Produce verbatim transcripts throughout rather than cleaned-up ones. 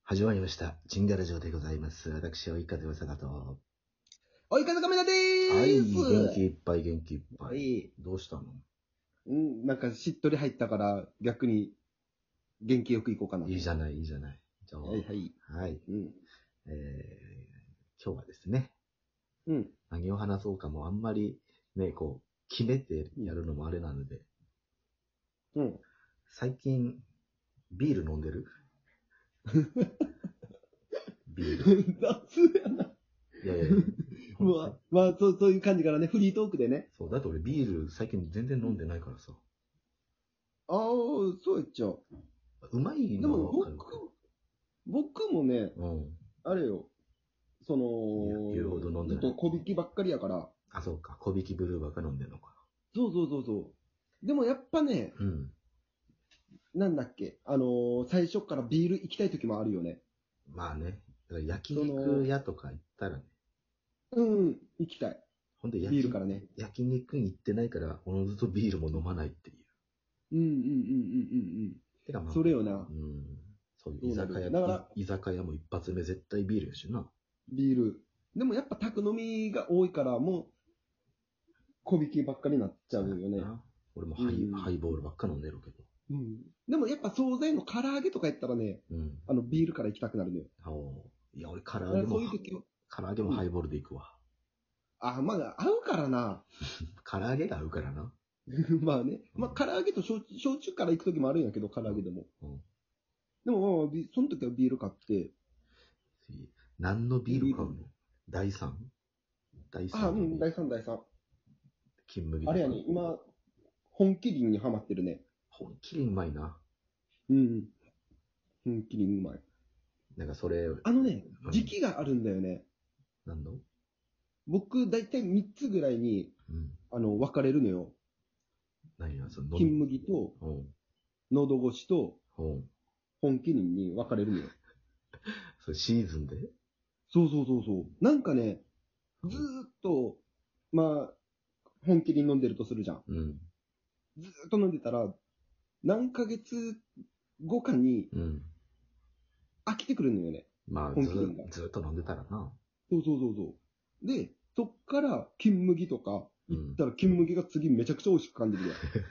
始まりました。チンガラジオでございます。私、追い風わさがと。 追い風カメラでーはい、 す。 元気いっぱい、元気いっぱい。 はい。 どうしたの？ うん、なんかしっとり入ったから逆に元気よくいこうかな。 いいじゃない、いいじゃない。じゃあ、 はいはい。 はい。 うん。 えー、今日はですね、 うん。 何を話そうかもあんまりね、こう、決めてやるのもあれなので、 うん。 最近、ビール飲んでる？ビール。 雑やな。 いやいやいや。 まあ、まあそう、そういう感じからね、フリートークでね。 そう、だって俺ビール最近全然飲んでないからさ。 ああ、そうやっちゃう。 うまいでものはわかる。 僕、僕もね、 うん。 あれよ、その、 言うほど飲んでないずっと小引きばっかりやから。 あ、そうか。小引きブルーばっか飲んでんのか。 そうそうそうそう。でもやっぱね、 うん。 なんだっけ、あのー最初からビール行きたい時もあるよね。 まあね。だから焼肉屋とか行ったらね。 うん、行きたい。 ほんで焼きビールからね。 焼肉に行ってないから、おのずとビールも飲まないっていう。 うんうんうんうんうんうん。 てかまあ、 それよな。 うん。そういう居酒屋、 だから居酒屋も一発目絶対ビールやしな。 ビール。でもやっぱ宅飲みが多いから、もう、小引きばっかりになっちゃうよね。 俺もハイ、 うんハイボールばっか飲んでるけど。 うん。でもやっぱ惣菜の唐揚げとかやったらね、 うん。 あの、ビールから行きたくなるのよ。 おいや、俺唐だから揚げも、 そういう時は、 唐揚げもハイボールで行くわ。 あ、まあ、合うからな。 唐揚げが合うからな。 まあね。まあ、唐揚げと焼酎焼酎から行く時もあるんやけど、唐揚げでも。 うん。 でも、まあビその時はビール買って、 何のビール買うの？第三第あ、 三のビール。 うん、第三第三。 金麦とか。 あれやね、今、本麒麟にハマってるね。 本麒麟うまいな。 うん。本麒麟うまい。 なんかそれ、 あのね、 うん時期があるんだよね。 何の？ 僕、だいたいみっつぐらいに、 うん。 あの、分かれるのよ。 何や、その金麦と、 うん。 喉越しと、 うん。 本麒麟に分かれるのよ。 それシーズンで？ そうそうそうそう。なんかね、ずーっと、まあ、本麒麟飲んでるとするじゃん。 うん。 ずーっと飲んでたら、何ヶ月後かにうん。 飽きてくるのよね。 まあ、ず本麒麟が。 ずっと飲んでたらな。 そうそうそうそう。で、そっから金麦とか行ったら金麦が次めちゃくちゃ美味しく感じるよ。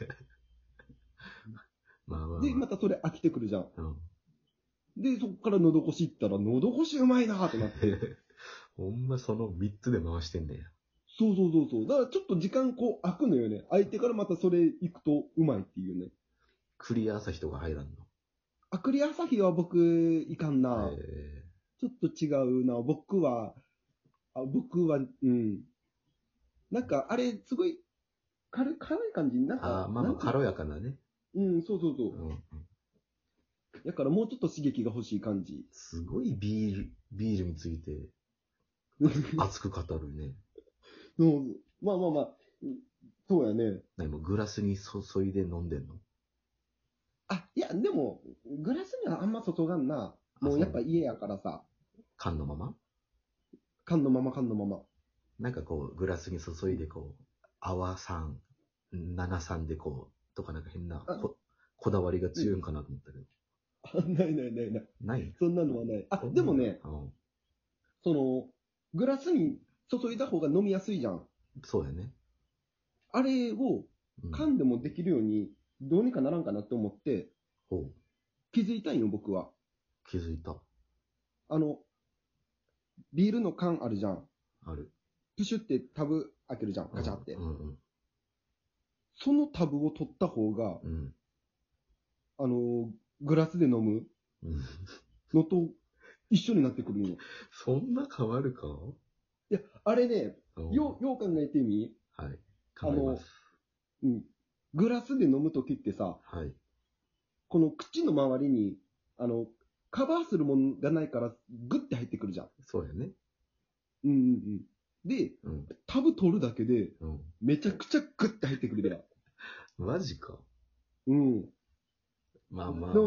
まあまあ、まあ。 で、またそれ飽きてくるじゃん。 うん。 で、そっから喉越し行ったら、喉越しうまいなーってなって。 ほんまそのみっつで回してんねや。 そうそうそうそう。だからちょっと時間こう空くのよね。空いてからまたそれ行くとうまいっていうね。 クリア朝日とか入らんの？ あくり朝日は僕いかんな。 えちょっと違うな。僕は、あ僕は、うん。なんかあれすごい軽軽い感じ。なんー、 か、 あーまあまあ、軽やかなね。 うん、そうそうそう。 うんうん。 だからもうちょっと刺激が欲しい感じ。 すごいビール、ビールについて熱く語るね。 そうまあまあまあ、そうやね。 何もグラスに注いで飲んでんの？ あ、いや、でも、グラスにはあんま注がんな。もうやっぱ家やからさ。 缶のまま？ 缶のまま缶のまま。 なんかこう、グラスに注いでこう、泡さん、ななさんでこう、とかなんか変なここだわりが強いんかなと思ったけど。 あないないないない。 ないそんなのはない。あ、でもね、 うん、 その、グラスに注いだ方が飲みやすいじゃん。 そうやね。 あれをうん、 缶でもできるように、どうにかならんかなって思って、 ほう。 気づいたんよ、僕は。 気づいた。 あの、ビールの缶あるじゃん。 ある。 プシュってタブ開けるじゃん。ガチャって。 うんうんそのタブを取った方が、 うん。 あの、グラスで飲むうん。 のと一緒になってくるんよ。 そんな変わるか？ いや、あれね、 うんよう、よう考えてみ。 はい。考えます。 うん。グラスで飲むときってさ、 はい。 この口の周りに、あの、カバーするものがないから、グッて入ってくるじゃん。 そうやね。 うんうんうん。で、 うん。 タブ取るだけで、 うん。 めちゃくちゃグッて入ってくるやん。 マジか。 うん。 まあまあ、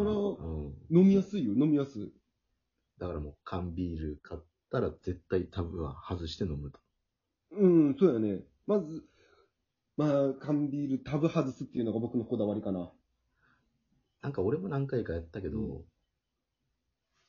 だからうん。 飲みやすいよ、飲みやすい。 だからもう缶ビール買ったら絶対タブは外して飲むと。 うん、そうやね。まず、まあ、缶ビールタブ外すっていうのが僕のこだわりかな。 なんか俺も何回かやったけど、 うん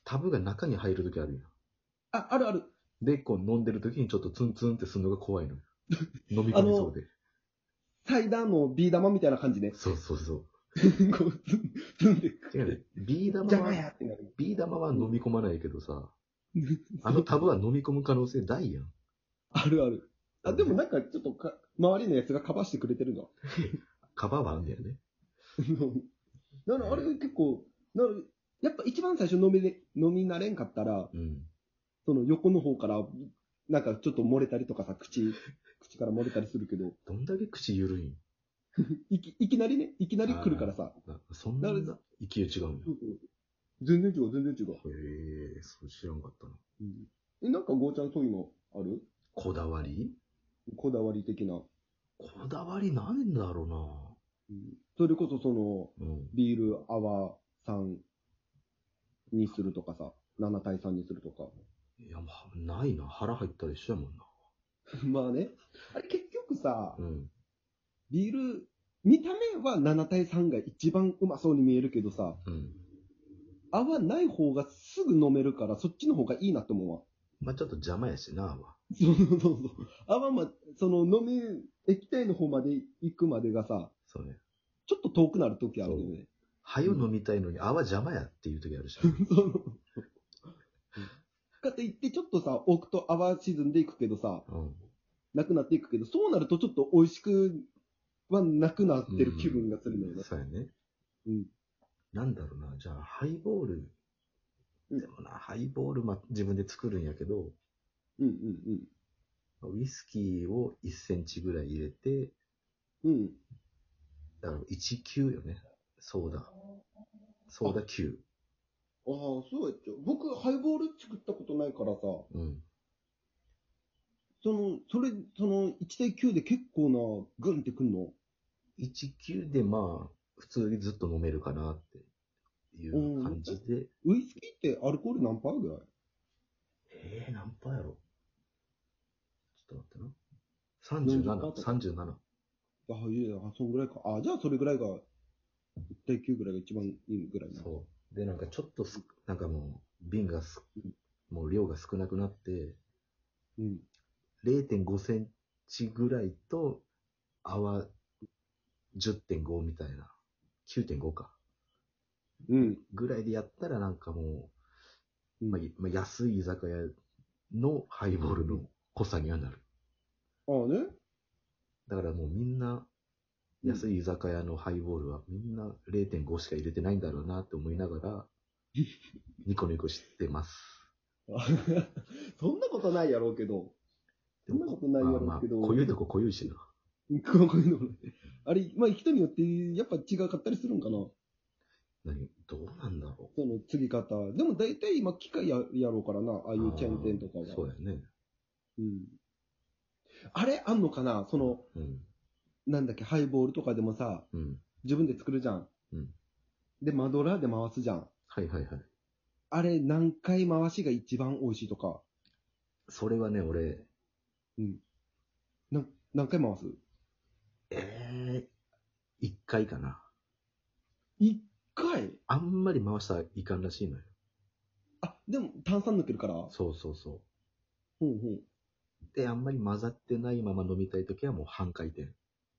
タブが中に入るときあるよ。 あ、あるある。 で、こう飲んでるときにちょっとツンツンってするのが怖いのよ。飲み込みそうで。 サイダーのビー玉みたいな感じね。 そうそうそう。 こう、ツン、ツンって。 違うね。ビー玉邪魔は、 やってなる。 ビー玉は飲み込まないけどさ、あのタブは飲み込む可能性大やん。 あるある。あ、でもなんかちょっとか、周りのやつがカバーしてくれてるの。 カバーはあんねやね。 だからあれ結構、なやっぱ一番最初飲みれ、飲み慣れんかったら、 うん。 その横の方から、なんかちょっと漏れたりとかさ、口、口から漏れたりするけど、 どんだけ口ゆるいんいきいきなりね、いきなり来るからさ。 なそんな勢い違うんや。 そうそう全然違う、全然違う。 へえ、そう知らんかったな。 うんえ、なんかゴーちゃんそういうのあるこだわりこだわり的な。 こだわりなんだろうんそれこそその、 うな。うん。 ビール泡さんにするとかさ、なな対さんにするとか。 いや、まあ、ないな。腹入ったら一緒やもんな。 まあね。あれ結局さ、 うん。 ビール、見た目はなな対さんが一番うまそうに見えるけどさ、 うん。 泡ない方がすぐ飲めるから、そっちの方がいいなって思うわ。 まあちょっと邪魔やしな、は。 そうそうそう。泡ま、その飲め、液体の方まで行くまでがさ、 そうね。 ちょっと遠くなるときあるよね。 はよ飲みたいのに泡邪魔やっていう時あるし。 そうかといって、ちょっとさ、置くと泡沈んでいくけどさ、 うん。 なくなっていくけど、そうなるとちょっと美味しくはなくなってる気分がするのよね。 そうやね。 うん。 なんだろうな。じゃあ、ハイボール。 うんでもな、ハイボール、ま、自分で作るんやけど、 うんうんウイスキーをいっセンチぐらい入れて、 うん。うん。 だからいちキューよね。ソーダ。ソーダキュー。 ああ、そうやっちゃう。僕、ハイボール作ったことないからさ、 うん。 その、それ、その、いち対きゅうで結構な、グンってくんのいちキューでまあ、普通にずっと飲めるかなっていう感じで。 ウイスキーってアルコール何パーぐらいえー、何パーやろちょっと待ってな。さんじゅうなな。さんじゅうなな。 ああ、いや、あそんぐらいか。あじゃあそれぐらいが、いち対きゅうぐらいが一番いいぐらいな。 そう。で、なんかちょっとす、なんかもう、瓶がす、もう量が少なくなって、 うん。 れいてんごセンチぐらいと、泡 じゅってんご みたいな。きゅうてんごか。 うん。 ぐらいでやったらなんかもう、 うんまあ、まあ、安い居酒屋のハイボールの濃さにはなる。 ああね。 だからもうみんな、安い居酒屋のハイボールはみんな れいてんご しか入れてないんだろうなって思いながら、ニコニコしてます。 そんなことないやろうけど。そんなことないやろうけど。 まあ、濃ゆいとこ濃ゆいしな。 こういうのもあれ、まあ人によってやっぱ違かったりするんかな。 何どうなんだろその継ぎ方。でも大体今機械ややろうからな。ああう。 いうチェーン店とかは。 そうやね。 うん。あれあんのかなその、 うん。 なんだっけ、ハイボールとかでもさ、 うん。 自分で作るじゃん。 うん。 で、マドラーで回すじゃん。 はいはいはい。 あれ、何回回しが一番美味しいとか。 それはね、俺、 うん。な何回回すええー、いっかいかな。 一回あんまり回したらいかんらしいのよ。 あ、でも炭酸抜けるから。 そうそうそほうほう。 う。で、あんまり混ざってないまま飲みたいときはもう半回転。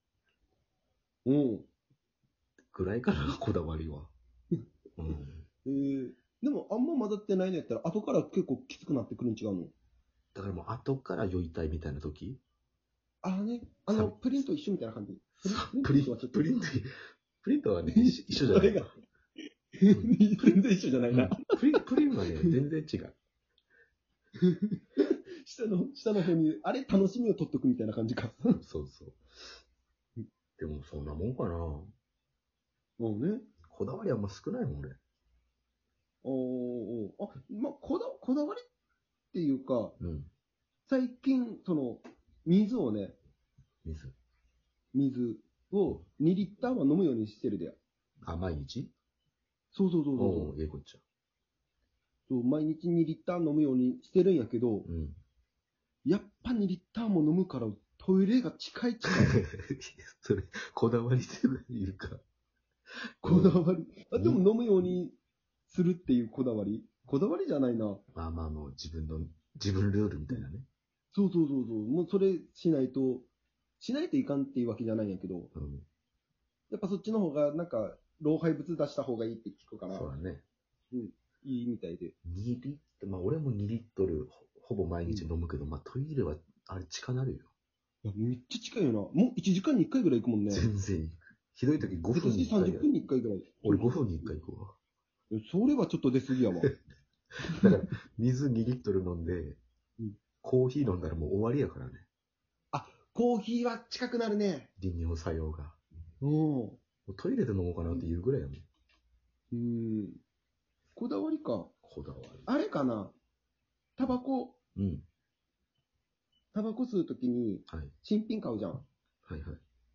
うん。 ぐらいかな、こだわりは。うん。 えー、でもあんま混ざってないのやったら、後から結構きつくなってくるん違うのだからもう後から酔いたいみたいなときああね、あの、プリンと一緒みたいな感じ。 プリンとはちょっとプリント、プリントはね、一一緒じゃない。 全然一緒じゃないな。 プリン、プリンはね、全然違う。 下の、下の方に、あれ楽しみを取っとくみたいな感じか。 そうそう。でもそんなもんかな。 もうね。 こだわりあんま少ないもん、俺。 おーおーあ、まあ、こだ、こだわりっていうか、 うん。 最近、その、水をね、 水。 水をにリッターは飲むようにしてるで。 あ、毎日そうそうそうそうおー、ええこっちゃ。 そう。毎日にリッター飲むようにしてるんやけど、 うん。 やっぱにリッターも飲むからトイレが近い近い。 それ、こだわりっていうか。 こだわり。あでも飲むようにするっていうこだわり。 こだわりじゃないな。 まあまあもう自分の、自分ルールみたいなね。 そうそうそうそう。もうそれしないと、しないといかんっていうわけじゃないんやけど、 うん。 やっぱそっちの方が、なんか、老廃物出した方がいいって聞くから、 そうだね。 いいみたいで。 にリットル、まあ俺もにリットルほほぼ毎日飲むけど、まあトイレは、あれ近なるよ。 いや、めっちゃ近いよな。もういちじかんにいっかいぐらい行くもんね。 全然行く。ひどい時ごふんに1 さんじゅっぷん回や。 にいっかいぐらい。 俺ごふんにいっかい行くわ。 それはちょっと出過ぎやわ。 だから、水にリットル飲んで、 うんコーヒー飲んだらもう終わりやからね。 コーヒーは近くなるね。 利尿作用が。 うん。 もうトイレで飲もうかなっていうぐらいやもん。 うん。こだわりか。 こだわり。 あれかな。タバコ、 うん。 タバコ吸うときにはい。 新品買うじゃん。 はいはい。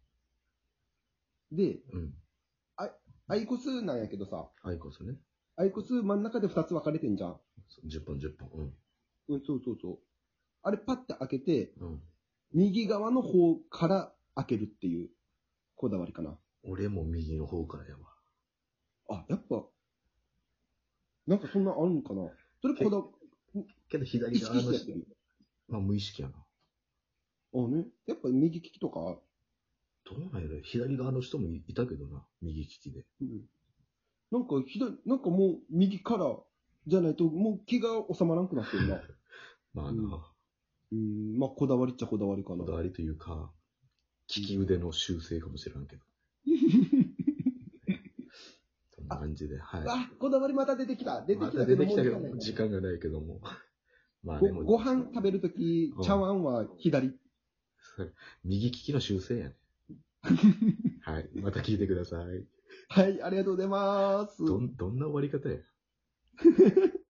で、 うん。 アイコスなんやけどさ、 アイコスね。 アイコス真ん中でふたつ分かれてんじゃん。 じゅっぽんじゅっぽん。うん。 うん、そうそうそう。あれパッて開けて、 うん。 右側の方から開けるっていうこだわりかな。 俺も右の方からやわ。 あ、やっぱ、なんかそんなあるんかな。それこだわけど左意側の識してやってる。 まあ無意識やな。 あね。やっぱ右利きとか、 どうなんやろ左側の人もいたけどな。右利きで。 うん、なんか左、なんかもう右からじゃないともう気が収まらんくなってるな。 まあな。 うんうん、まあこだわりっちゃこだわりかな。 こだわりというか、利き腕の修正かもしれんけど。そんな感じで、はい。 あ、こだわりまた出てきた。出てまたきたけど、 出てきたけどもう時間ない、 時間がないけども。まあごでも、 ご飯食べるときうん、 茶碗は左。 右利きの修正やね。はい。また聞いてください。 はい、ありがとうございます。 どん、どんな終わり方や。